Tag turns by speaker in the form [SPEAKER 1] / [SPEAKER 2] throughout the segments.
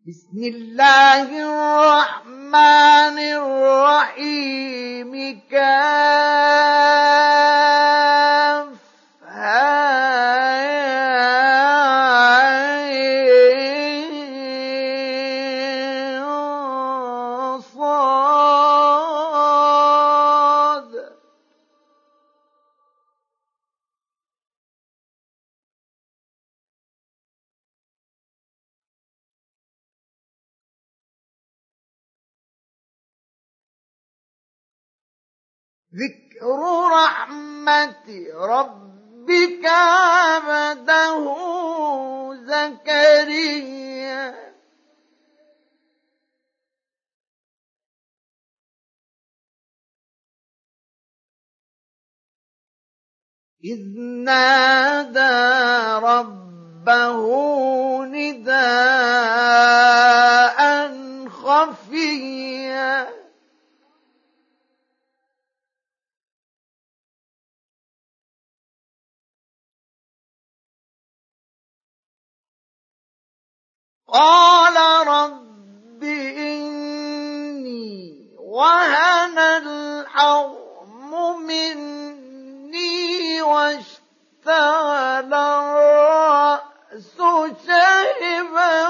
[SPEAKER 1] بسم الله الرحمن الرحيم صاد. ذكر رحمة ربك عبده زكريا إذ نادى ربه نداء خفيا قال رب إني وهن العظم مني واشتعل الرأس شيبا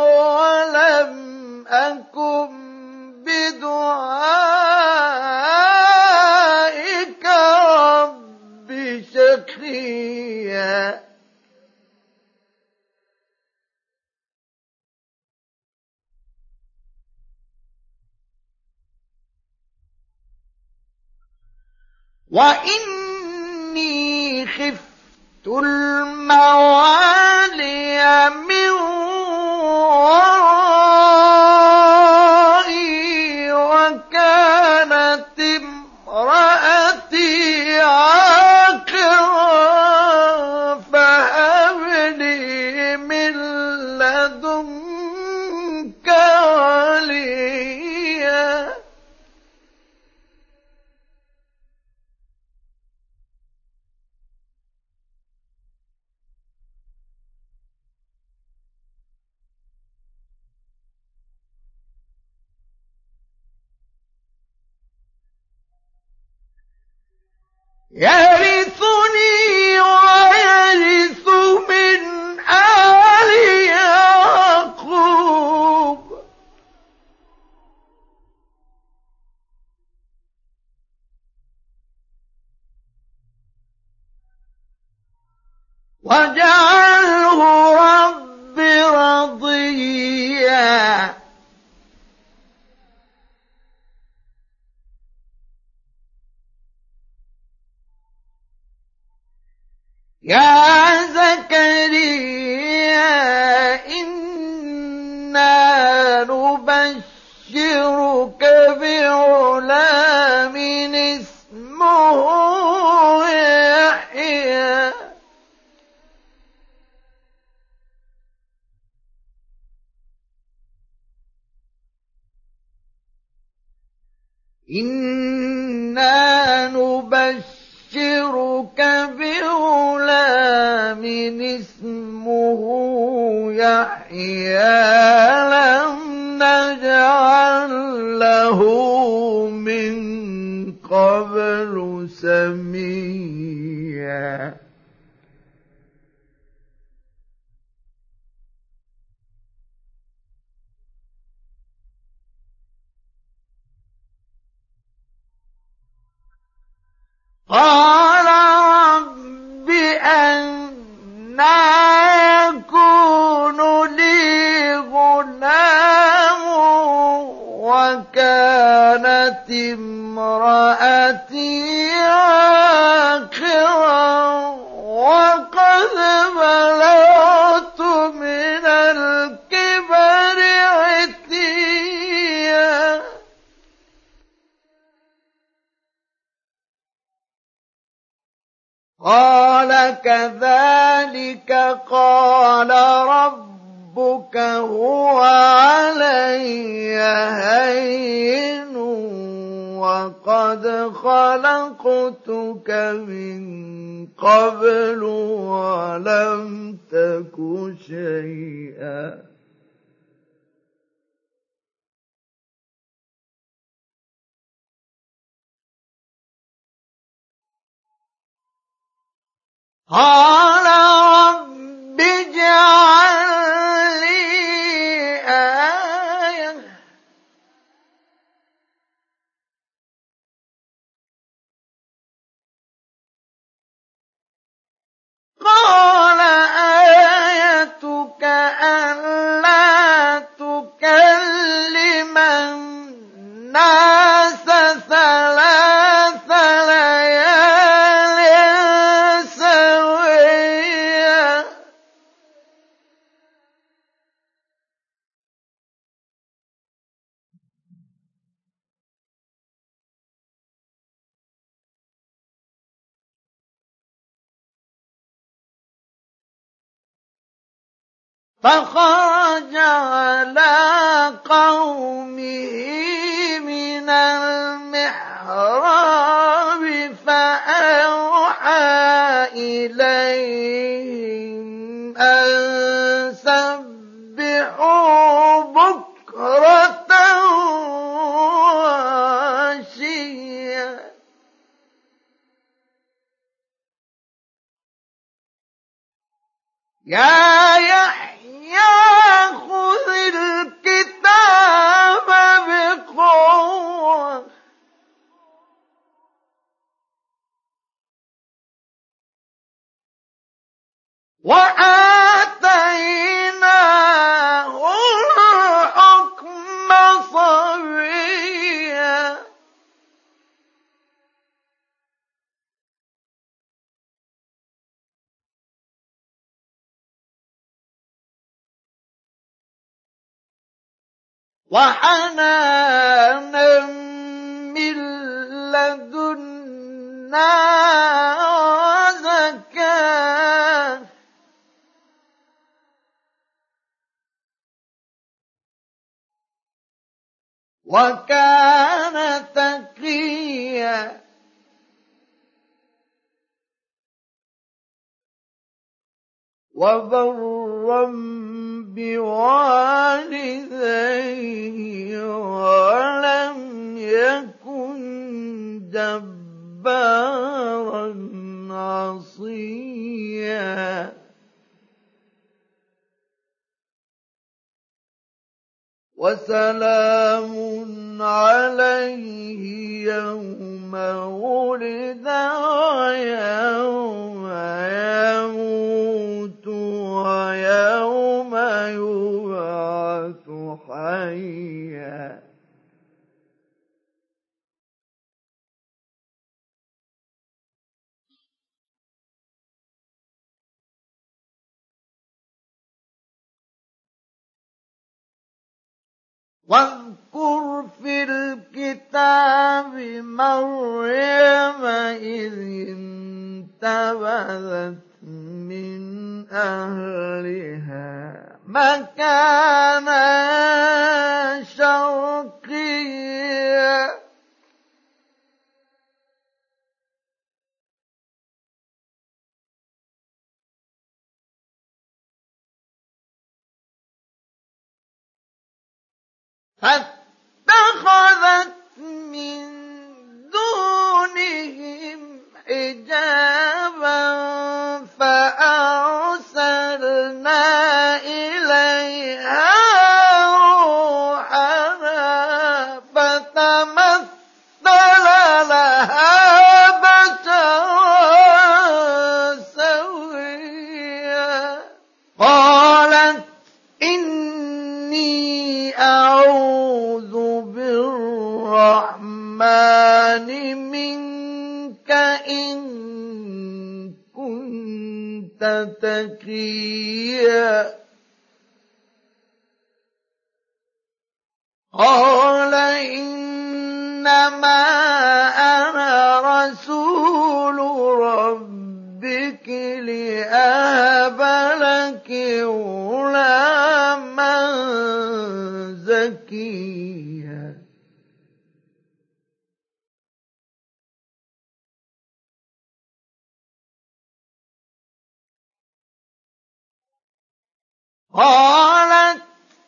[SPEAKER 1] ولم أكن بدعائك رب شقيا. وإني خفت الموالي من ورائي وكانت امرأتي عاقرا فهب لي من لدنك وليا. يرثني ويرث من آل يعقوب واجعله رب رضيا. يا زكريا إنا نبشرك بغلام اسمه يحيى إنا نبشرك بغلام اسمه يحيى لم نجعل له من قبل سميا. قال رب أنى يكون لي غلام وكانت امرأتي عاقرا وقد بلغت من الكبر عتيا. قال كذلك قال ربك هو علي هين وقد خلقتك من قبل ولم تك شيئا. قال رب اجعل لي آية قال آيتك ألا تكلم الناس 3 ليال سويا فخرج على قومه من المحراب فأوحى إليهم أن سبحوا بكرة وعشيا يا يحيى خذ الكتاب بقوة وآتيناه الحكم صبيا وحنانا من لدنا وزكاة وكان تقيا وبرا بوالديه ولم يكن جبارا عصيا وسلام عليه يوم ولد ويوم يموت ويوم يبعث حيا واذكر في الكتاب مريم إذ انتبذت من أهلها مكانا شرقيا فاتخذت من دونهم حجابا فأرسلنا إليها روحنا فتمثل لها بشرا سويا قالت إني أعوذ بالرحمن منك إن كنت تقيا قال إنما أنا رسول ربك لأهب لك غلاما زكيا قالت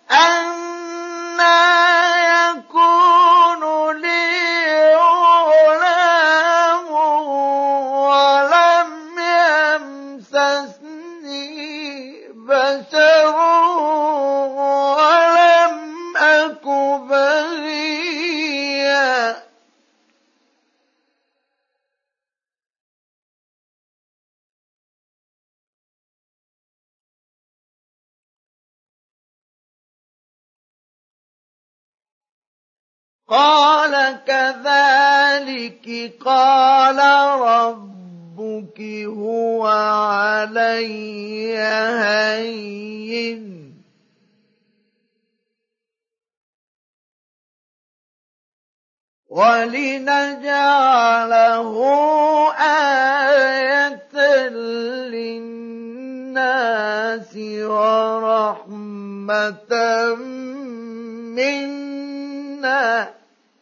[SPEAKER 1] أنى يكون لي غلام ولم بشر ولم أك بغيا. قال كذلك قال ربك هو علي هين ولنجعله آية للناس ورحمة منا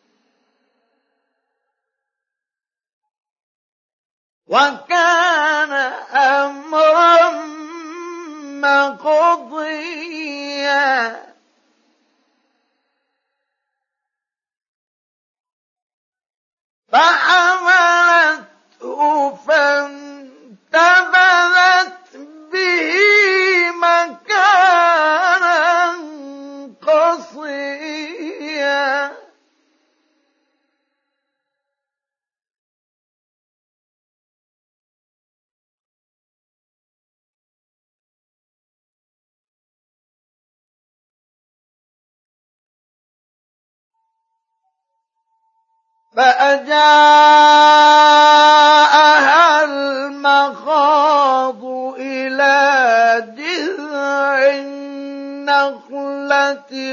[SPEAKER 1] وكان أمرا مقضيا. فحملته فانتبذت به مكانا قصيا. فأجاءها المخاض إلى جذع النخلة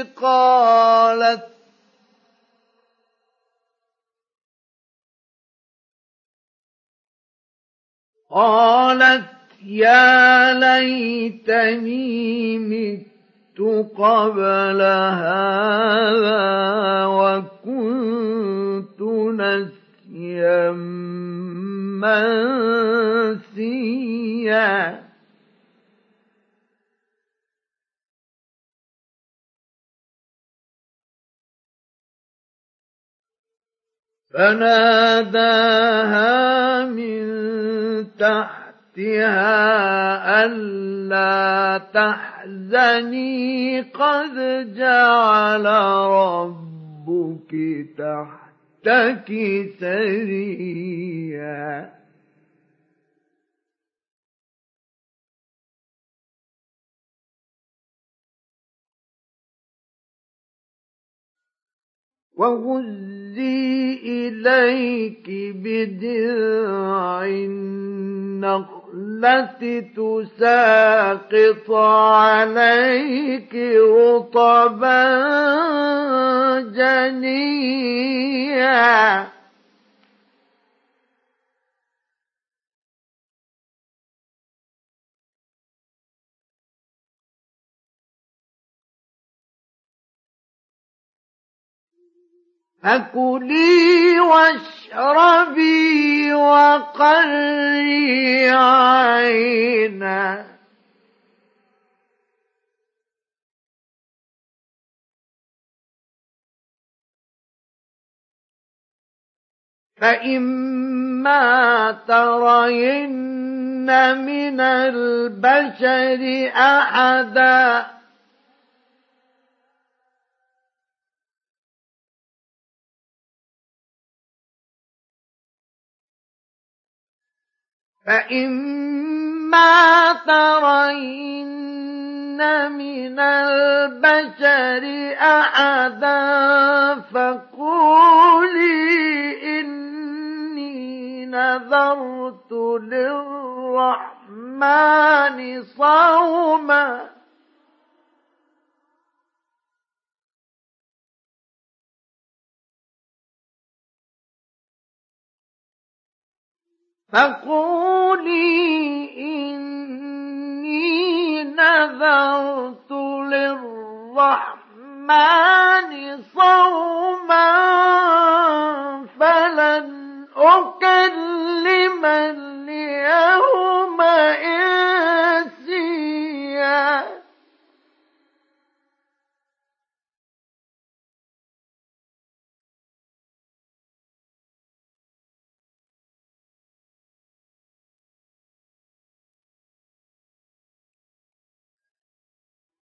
[SPEAKER 1] قالت يا ليتني مت قبل هذا وكنت نسيا منسيا. فناداها من تحتها ألا تحزني قد جعل ربك تحتك سريا. وهزي إليك بجذع النخلة تساقط عليك رطبا جنيا. فكلي واشربي وقري عينا فإما ترين من البشر أحدا من البشر أحدا فقولي إني نذرت للرحمن صوما فلن أكلم اليوم إنسيا.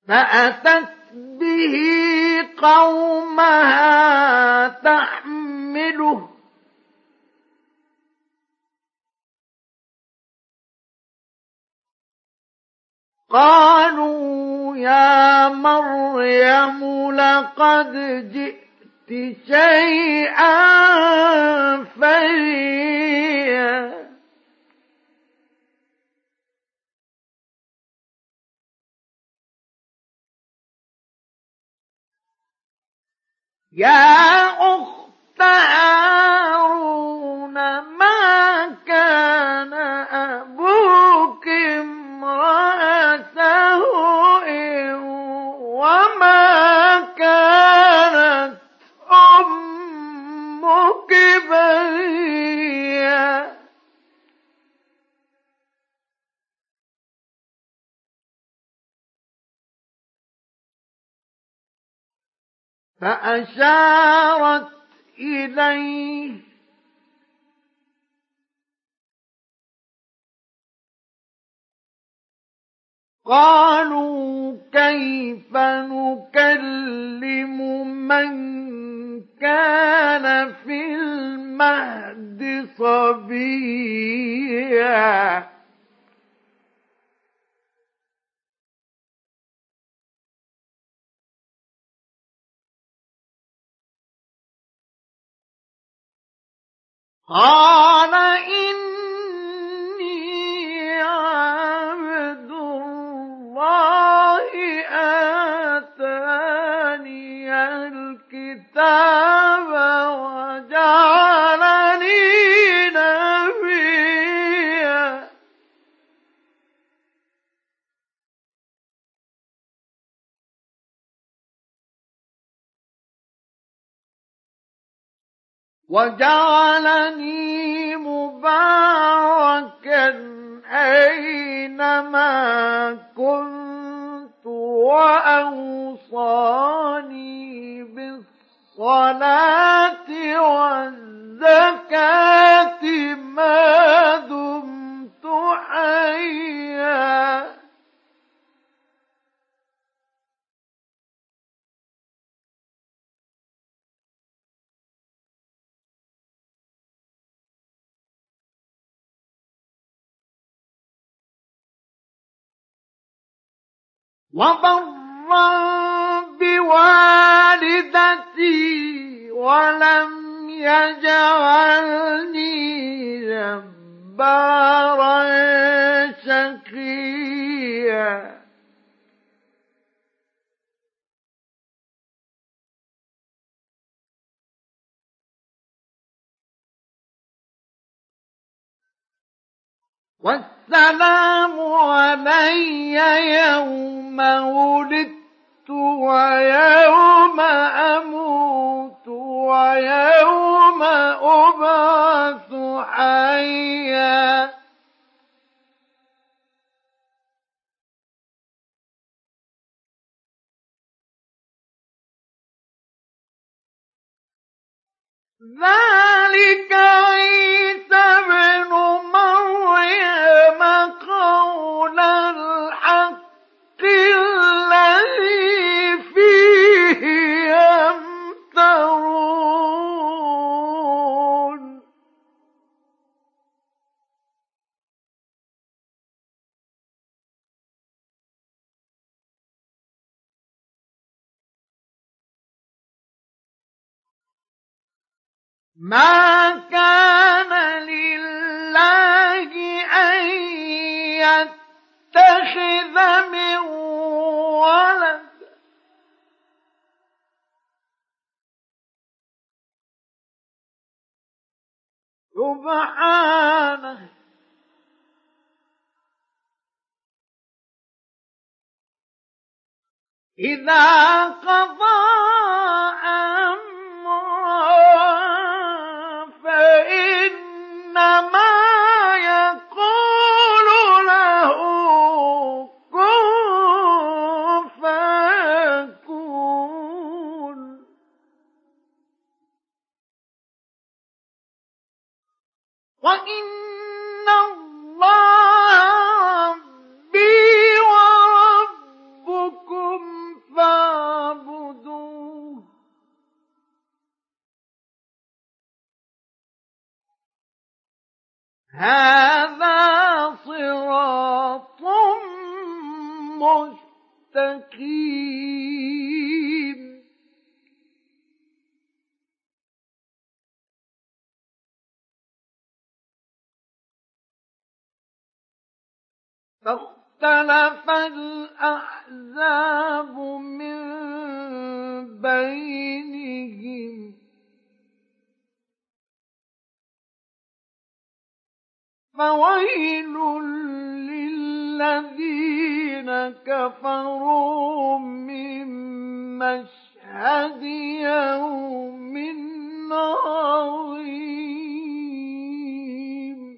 [SPEAKER 1] فأتت به قومها تحمله قالوا يا مريم لقد جئت شيئا فريا يا أخت هارون ما كان أبوك امرأ سوء وما كانت أمك بغيا فأشارت إليه قالوا كيف نكلم من كان في المهد صبيا قال إني عبد الله آتاني الكتاب وجعلني نبيا وجعلني مباركا أينما كنت وأوصاني بالصلاة والزكاة ما دمت حيا وبرا بوالدتي ولم يجعلني جبارا شقيا والسلام علي يوم ولدت ويوم أموت ويوم أبعث حيا ذلك عيسى ابن مريم قول الحق الذي فيه يمترون ما كان لله أن يتخذ من ولد سبحانه إذا قضى أمرا فإنما يقول له كن فيكون وإن الله ربي وربكم هذا صراط مستقيم. فاختلف الأحزاب من بينهم فويل للذين كفروا من مشهد يوم عظيم.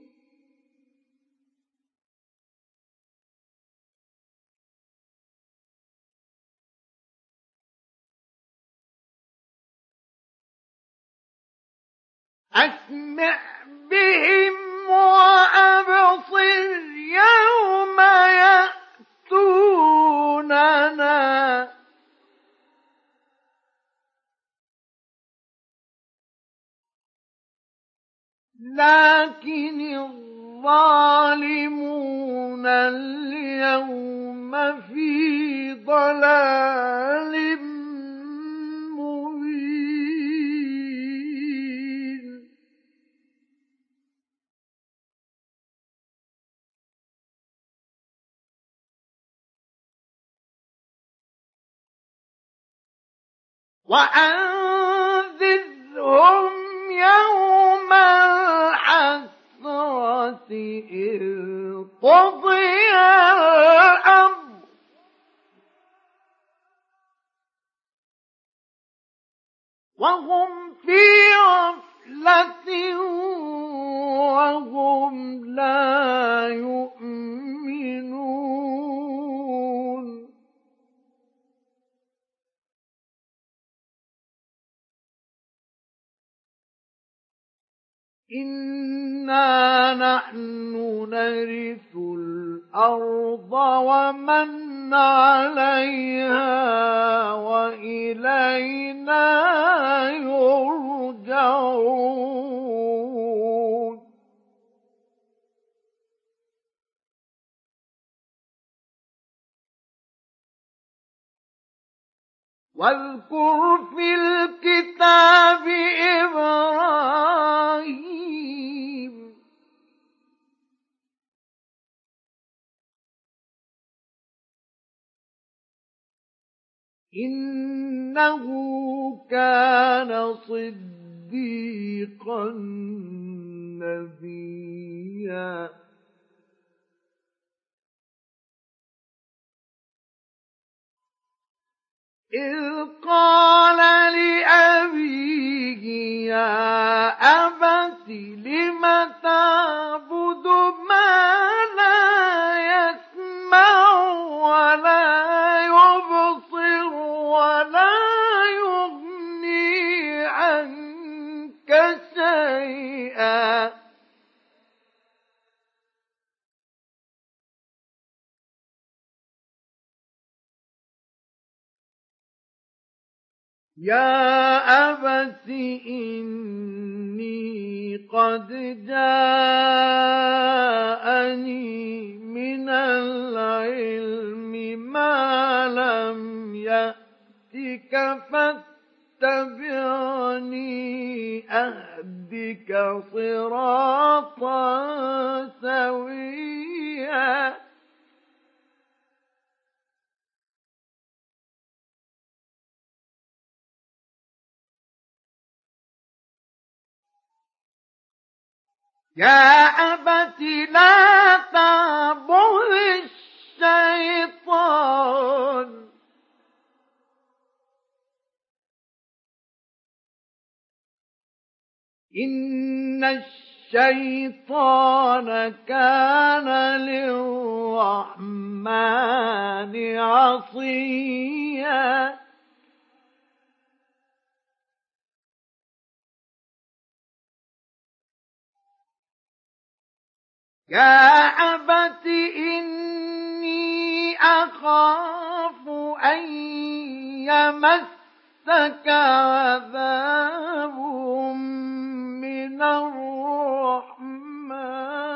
[SPEAKER 1] أسمع بهم وأبصر يوم يأتوننا لكن الظالمون اليوم في ضلال مبين. وأنذرهم يوم الحسرة إذ قضي الأمر وهم في غفلة وهم لا يؤمنون. إنا نحن نرث الأرض ومن عليها وإلينا يرجعون. واذكر في الكتاب إبراهيم إنه كان صديقا نبيا. إذ قال لأبيه يا أبت لم تعبد ما لا يسمع ولا يبصر ولا يغني عنك شيئا. يا أبت إني قد جاءني من العلم ما لم يأتك فاتبعني أهدك صراطا سويا. يا أبت لا تعبد الشيطان إن الشيطان كان للرحمن عصيا. يا أبت إني أخاف أن يمسك عذاب من الرحمن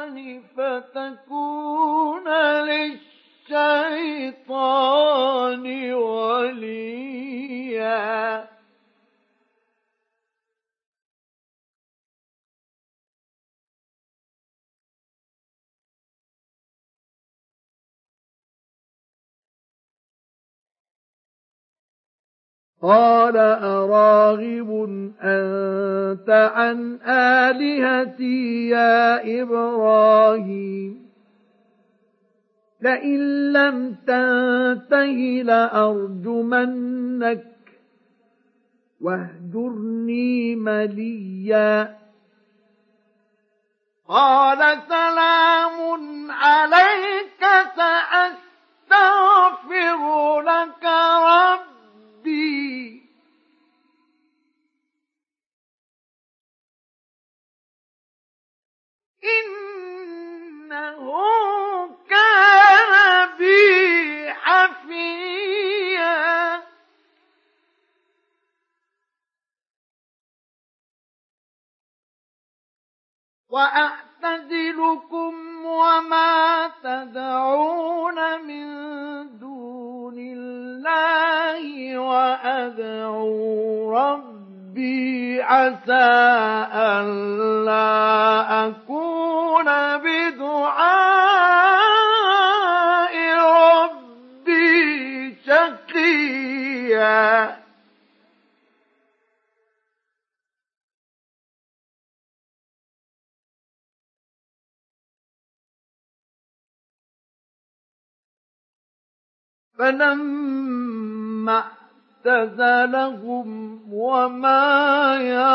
[SPEAKER 1] قال أراغب أنت عن آلهتي يا إبراهيم لئن لم تنته لأرجمنك واهجرني مليا قال سلام عليك سأستغفر لك ربي إنه كان بي حفيا وأعتزلكم وما تدعون من دون الله وأدعو ربي عسى ألا أكون بدعاء ربي شقيا فلما اعتزلهم وما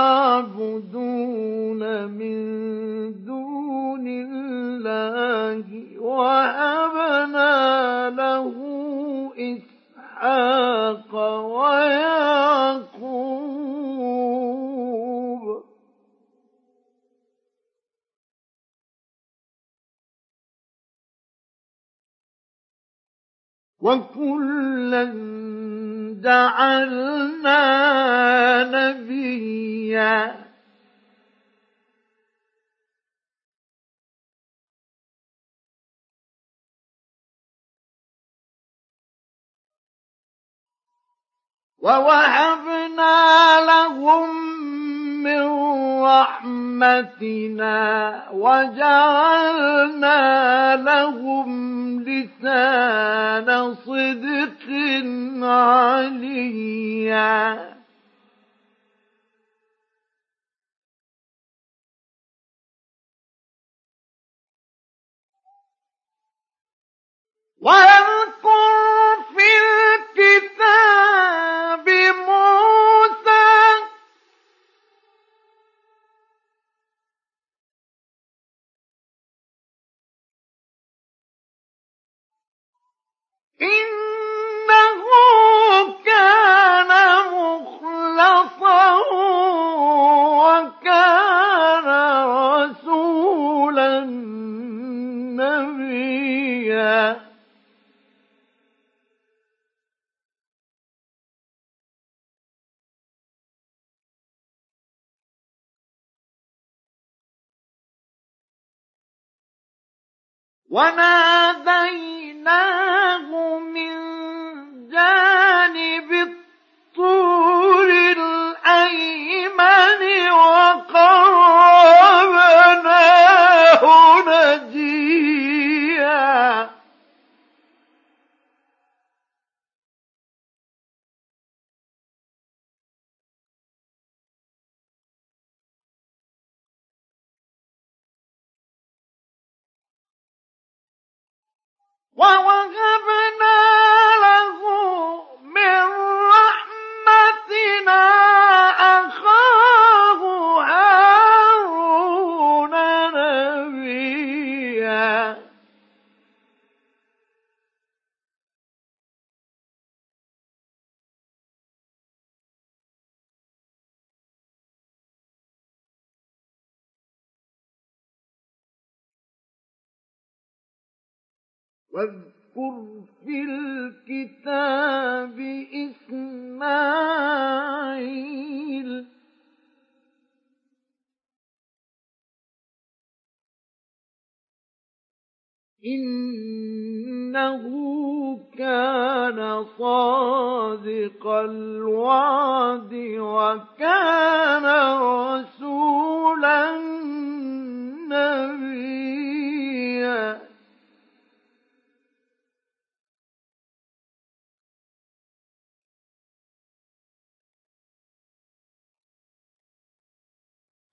[SPEAKER 1] يعبدون من دون الله وهبنا له إسحاق ويعقوب وكلا جعلنا نبيا ووهبنا لهم من رحمتنا وجعلنا لهم لسان صدق عليا واذكر في الكتاب موسى إنه كان مخلصا وكان رسولا نبيا وناديناه من جانب الطور الأيمن وقربناه نجيا ووهبنا له من رحمتنا أخاه هارون نبيا واذكر في الكتاب إسماعيل إنه كان صادق الوعد وكان رسولا نبيا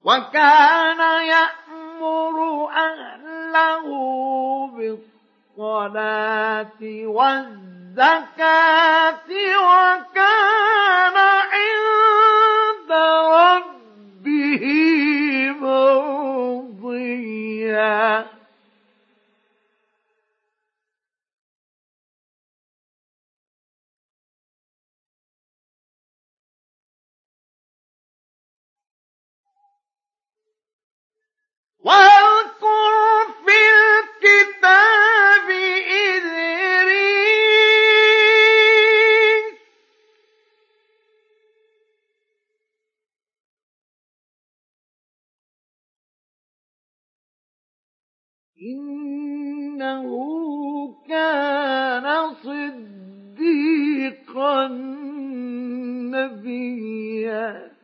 [SPEAKER 1] وكان يأمر أهله بالصلاة والزكاة وكان عند ربه مرضيا. واذكر في الكتاب إدريس إنه كان صديقا نبيا.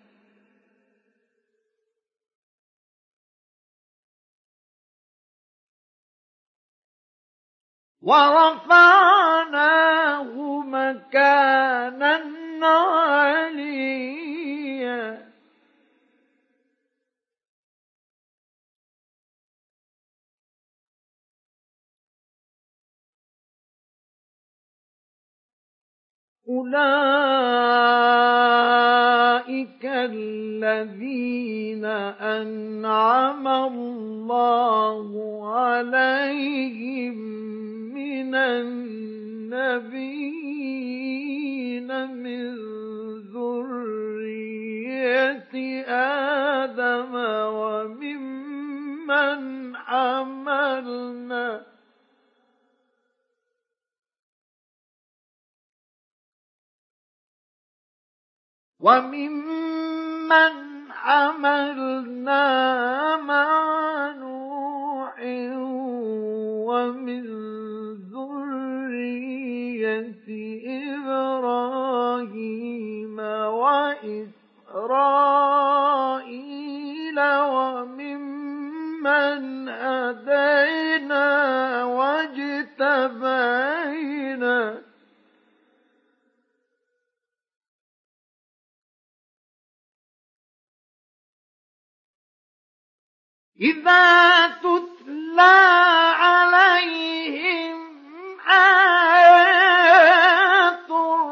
[SPEAKER 1] ورفعناه مكانا عليا. أولئك الذين أنعم الله عليهم من النبيين من ذرية آدم وممن حملنا مع نوح ومن ذرية إبراهيم وإسرائيل وممن هدينا واجتبينا إذا تتلى عليهم آيات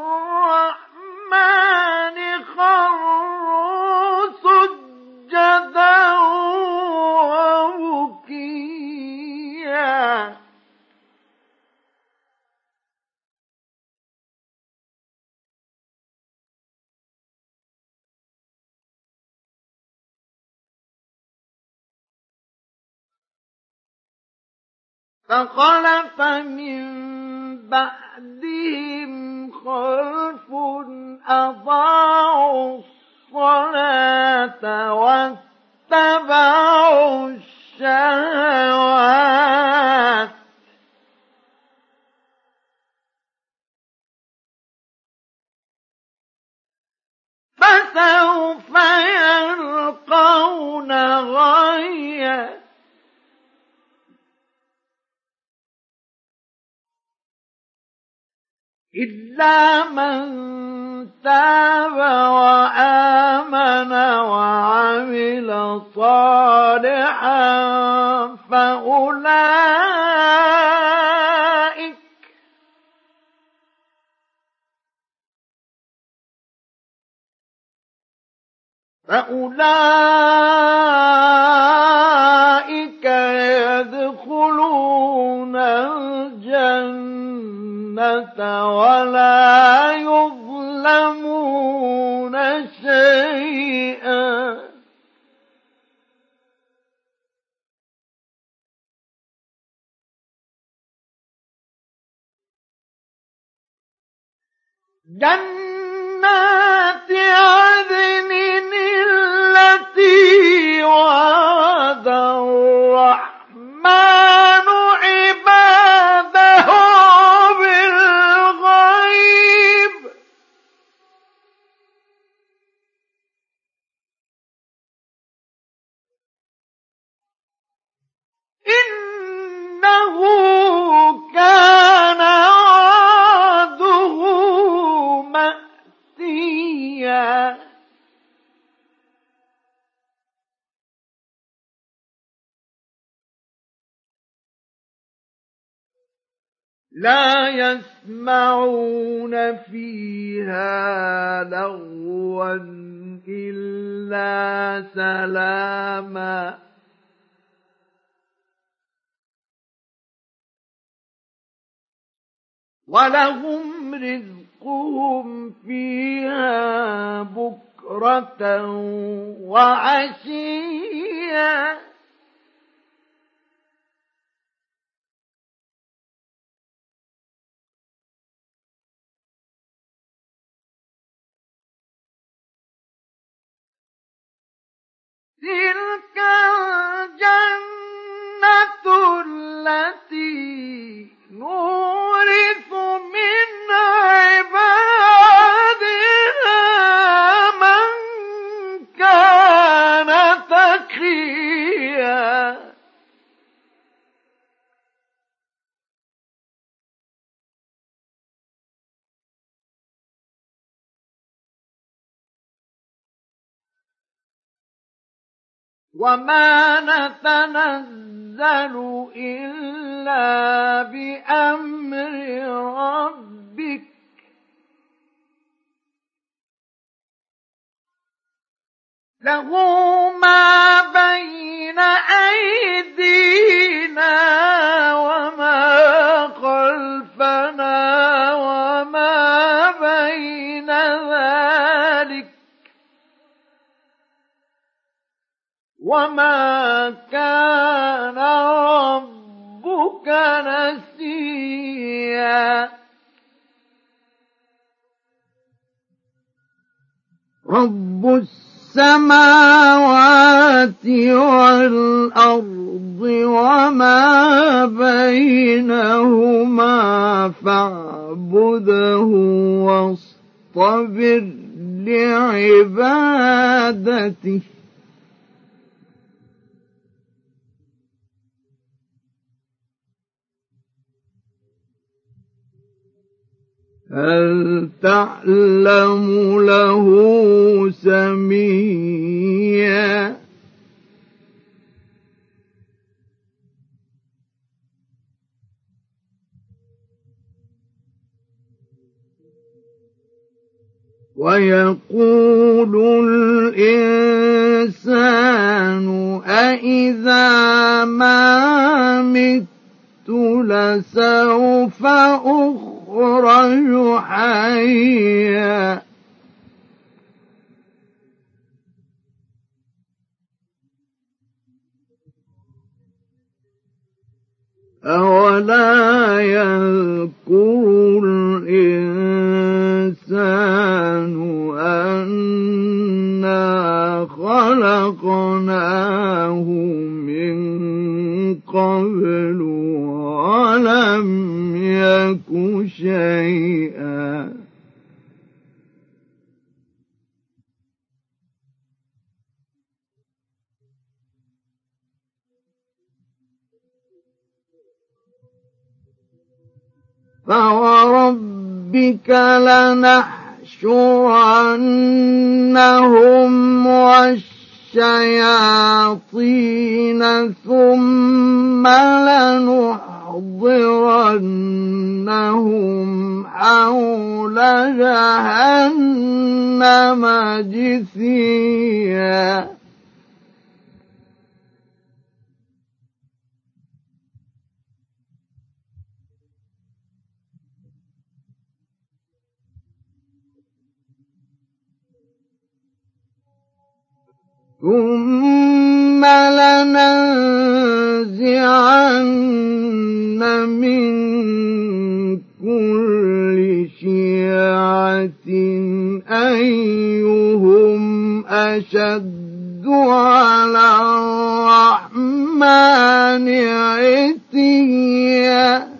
[SPEAKER 1] الرحمن خروا سجدا وبكيا. فخلف من بعدهم خلف أضاعوا الصلاة واتبعوا الشهوات فسوف يلقون غيا. إلا من تاب وآمن وعمل صالحا فأولئك يدخلون الجنة ولا يظلمون شيئا. جنات عدن التي وعد الرحمن عباده بالغيب إنه كان وعده مأتيا. لا يسمعون فيها لغوا إلا سلاما ولهم رزقهم فيها بكرة وعشيا تلك الجنة التي نورث من عبادنا من كان تقيا وما نتنزل إلا بأمر ربك له ما بين أيدينا وما خلفنا وما بين ذلك وما كان ربك نسيا رب السماوات والأرض وما بينهما فاعبده واصطبر لعبادته هل تعلم له سميا ويقول الإنسان أإذا ما مت لسوف أخرج حيا أولا يذكر الإنسان أنا خلقناه من قبل ولم يك شيئا فوربك لنحشرنهم والشياطين ثم لنحضرنهم حول جهنم جثيا ثم لننزعن من كل شيعة أيهم أشد على الرحمن عتيا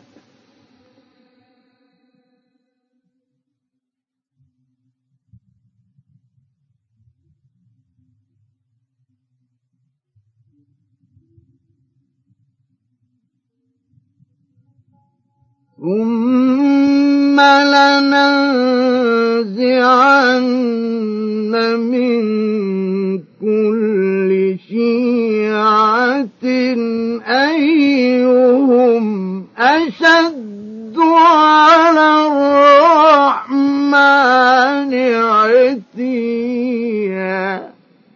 [SPEAKER 1] ثم لننزعن من كل شيعة أيهم أشد عتيا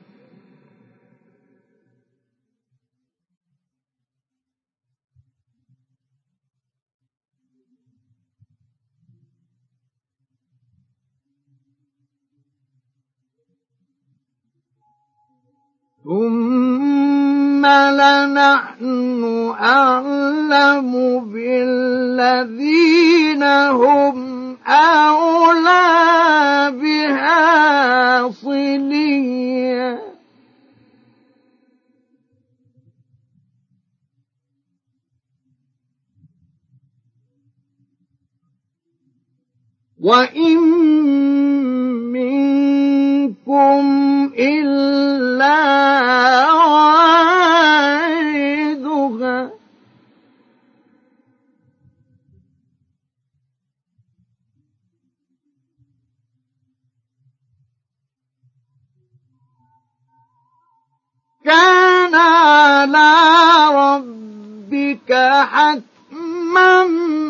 [SPEAKER 1] ثم لنحن أعلم بالذين هم أولى بها صليا وإن منكم إلا واردها كان على ربك حتما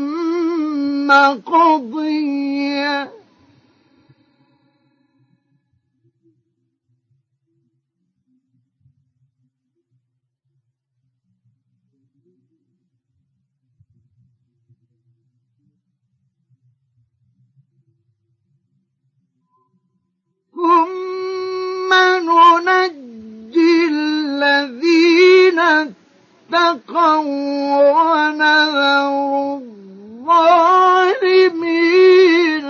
[SPEAKER 1] مقضيا ثم ننجي الذين اتقوا ونذر الظالمين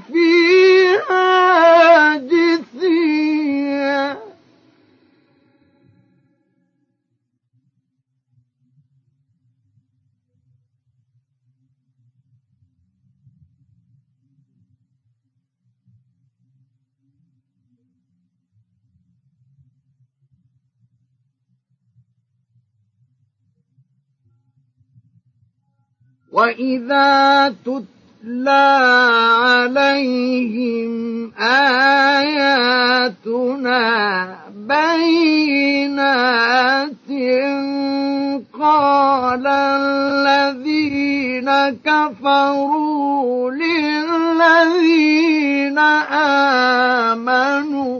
[SPEAKER 1] فيها جثيا وإذا تتلى عليهم آياتنا بينات قال الذين كفروا للذين آمنوا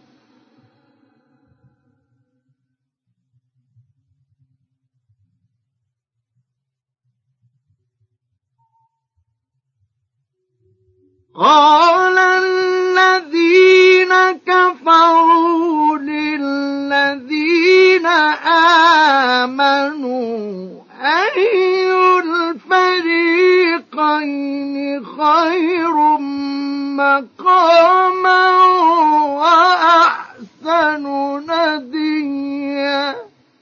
[SPEAKER 1] قال الذين كفروا للذين آمنوا أي الفريقين خير مقاما وأحسن نديا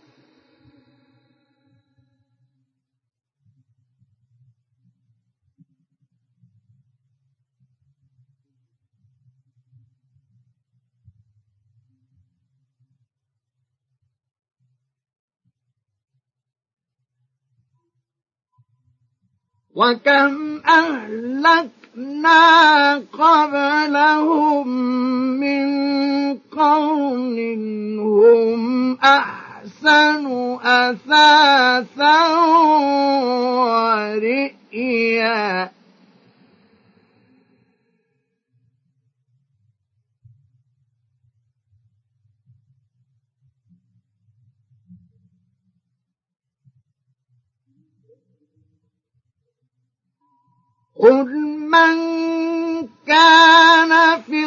[SPEAKER 1] وكم أهلكنا قبلهم من قرن هم أحسن أثاثا ورئيا قل من كان في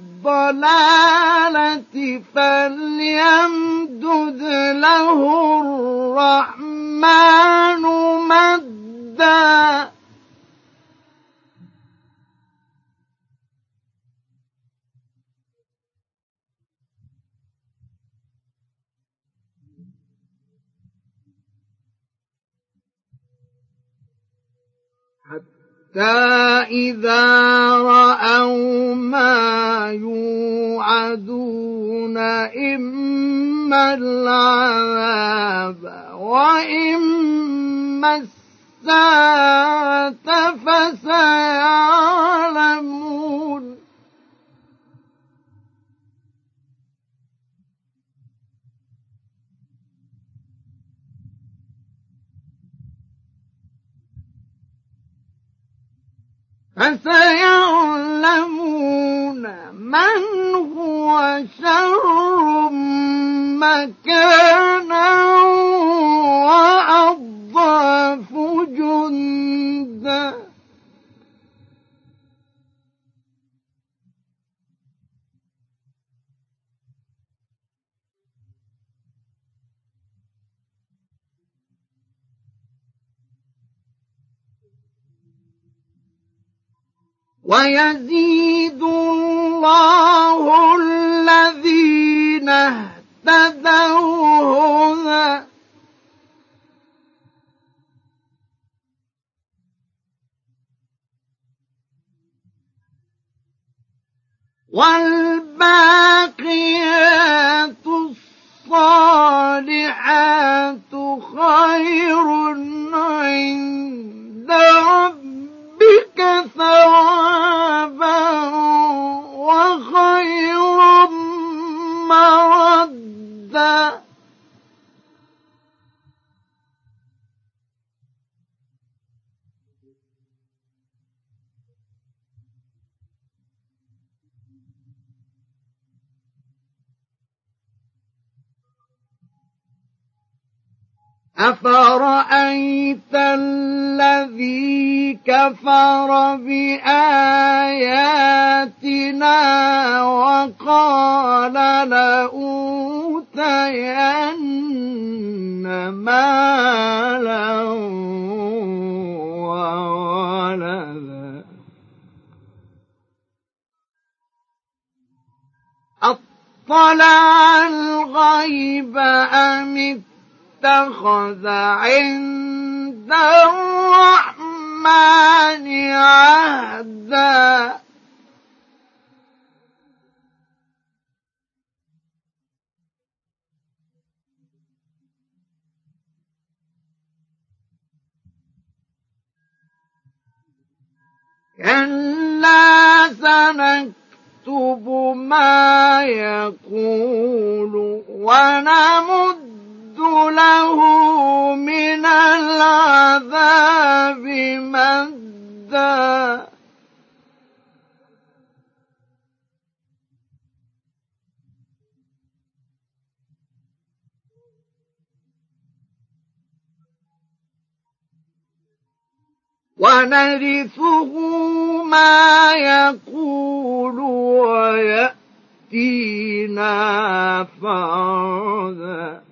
[SPEAKER 1] الضلالة فليمدد له الرحمن مدا إذا رأوا ما يوعدون إما العذاب وإما الساعة فسيعلمون شر مكانا وأضعف جندا ويزيد الله الذين اهتدوا هدى والباقيات الصالحات خير عند ربك ثوابا وخير مردا أفرأيت الذي كفر بآياتنا وقال لأوتين مالا وولدا أطلع الغيب أم اتخذ عند الرحمن عهدا كلا سنكتب ما يقول ونمد له من العذاب مدا ونرثه ما يقول ويأتينا فردا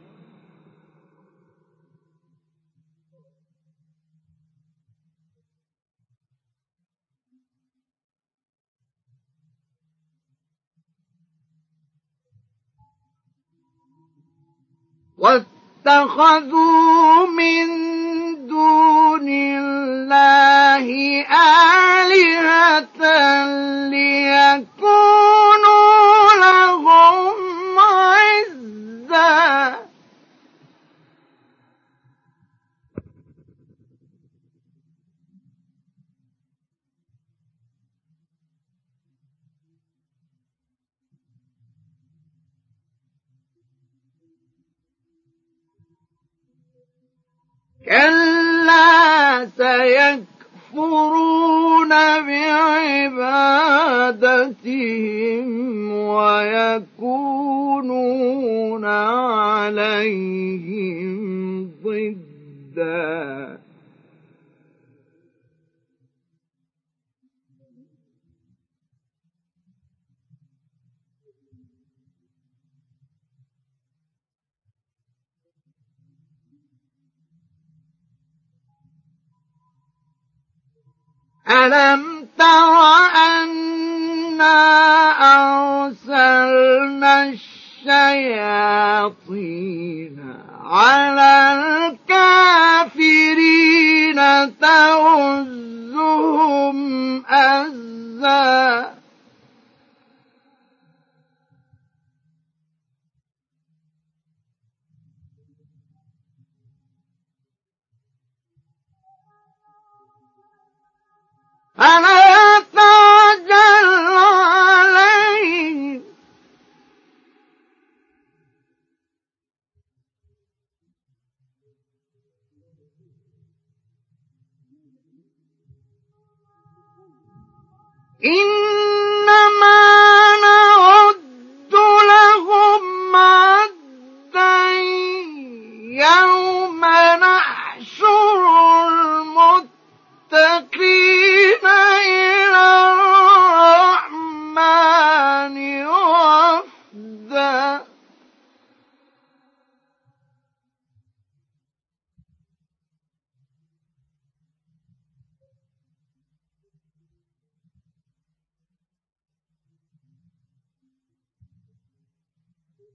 [SPEAKER 1] واتخذوا من دون الله آلهة ليكونوا لهم عزا كلا سيكفرون بعبادتهم ويكونون عليهم ضدا ألم تر أنا أرسلنا الشياطين على الكافرين تؤزهم أزا فلا تعجل عليهم إنما نعد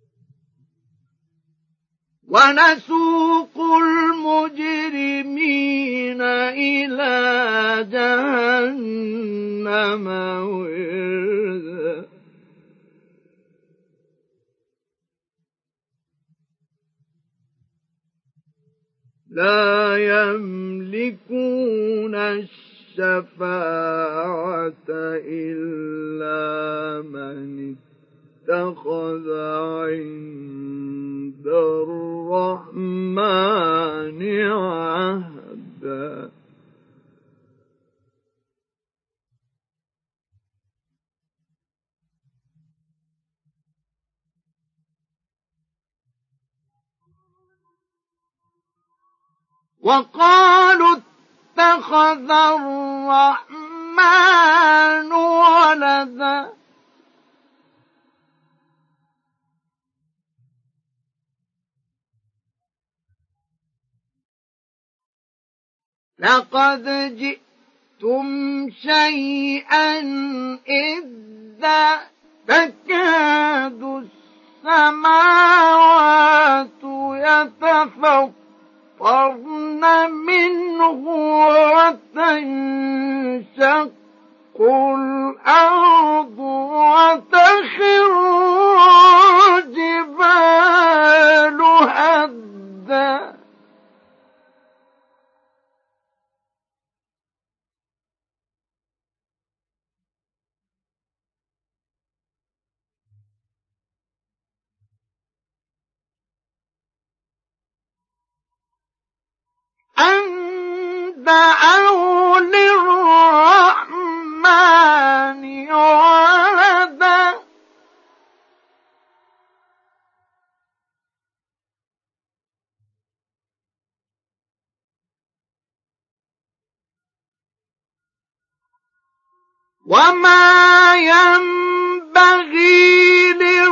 [SPEAKER 1] ونسوق المجرمين إلى جهنم وردا لا يملكون الشفاعة إلا من اتخذ عند الرحمن عهدا وقالوا اتخذ الرحمن ولدا لقد جئتم شيئا إذا تكاد السماوات يتفطرن منه وتنشق الأرض وتخر الجبال هدا أن دعوا للرحمن ولدا وما ينبغي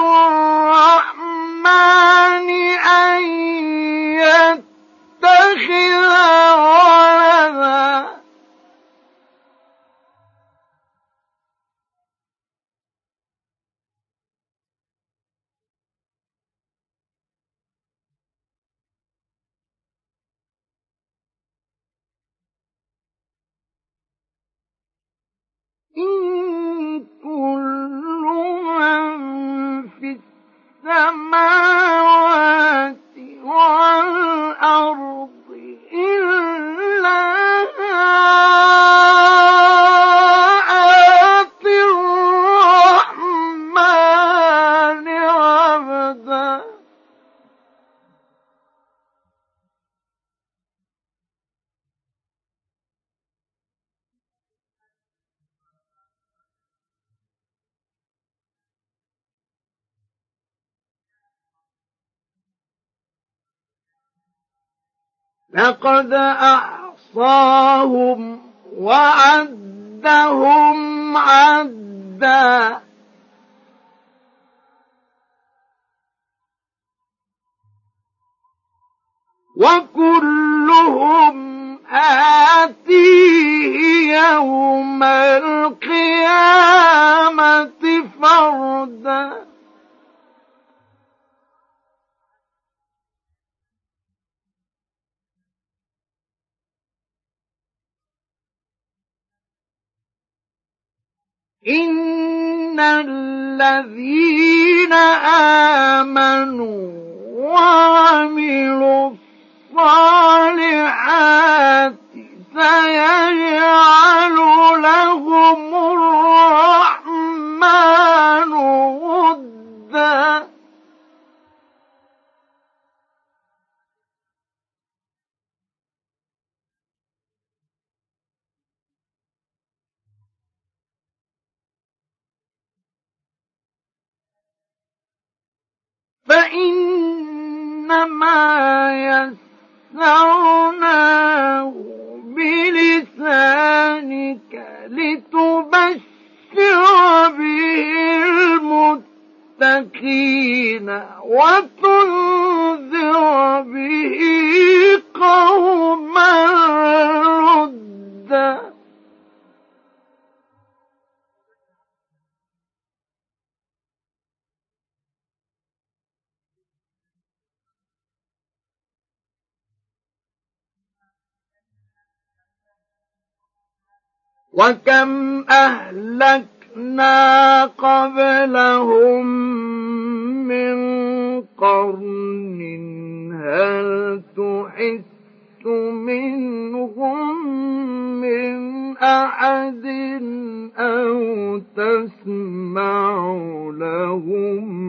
[SPEAKER 1] للرحمن أن يتخذ ولدا إن كل من في السماوات والأرض إلا آتي الرحمن عبدا لقد أحصاهم وعدهم عدا وكلهم آتيه يوم القيامة فردا إن الذين آمنوا وعملوا الصالحات سيجعل لهم الرحمن ودا فإنما يسرناه بلسانك لتبشر به المتقين وتنذر به قوما لدا وكم أهلكنا قبلهم من قرن هل تحس منهم من أحد أو تسمع لهم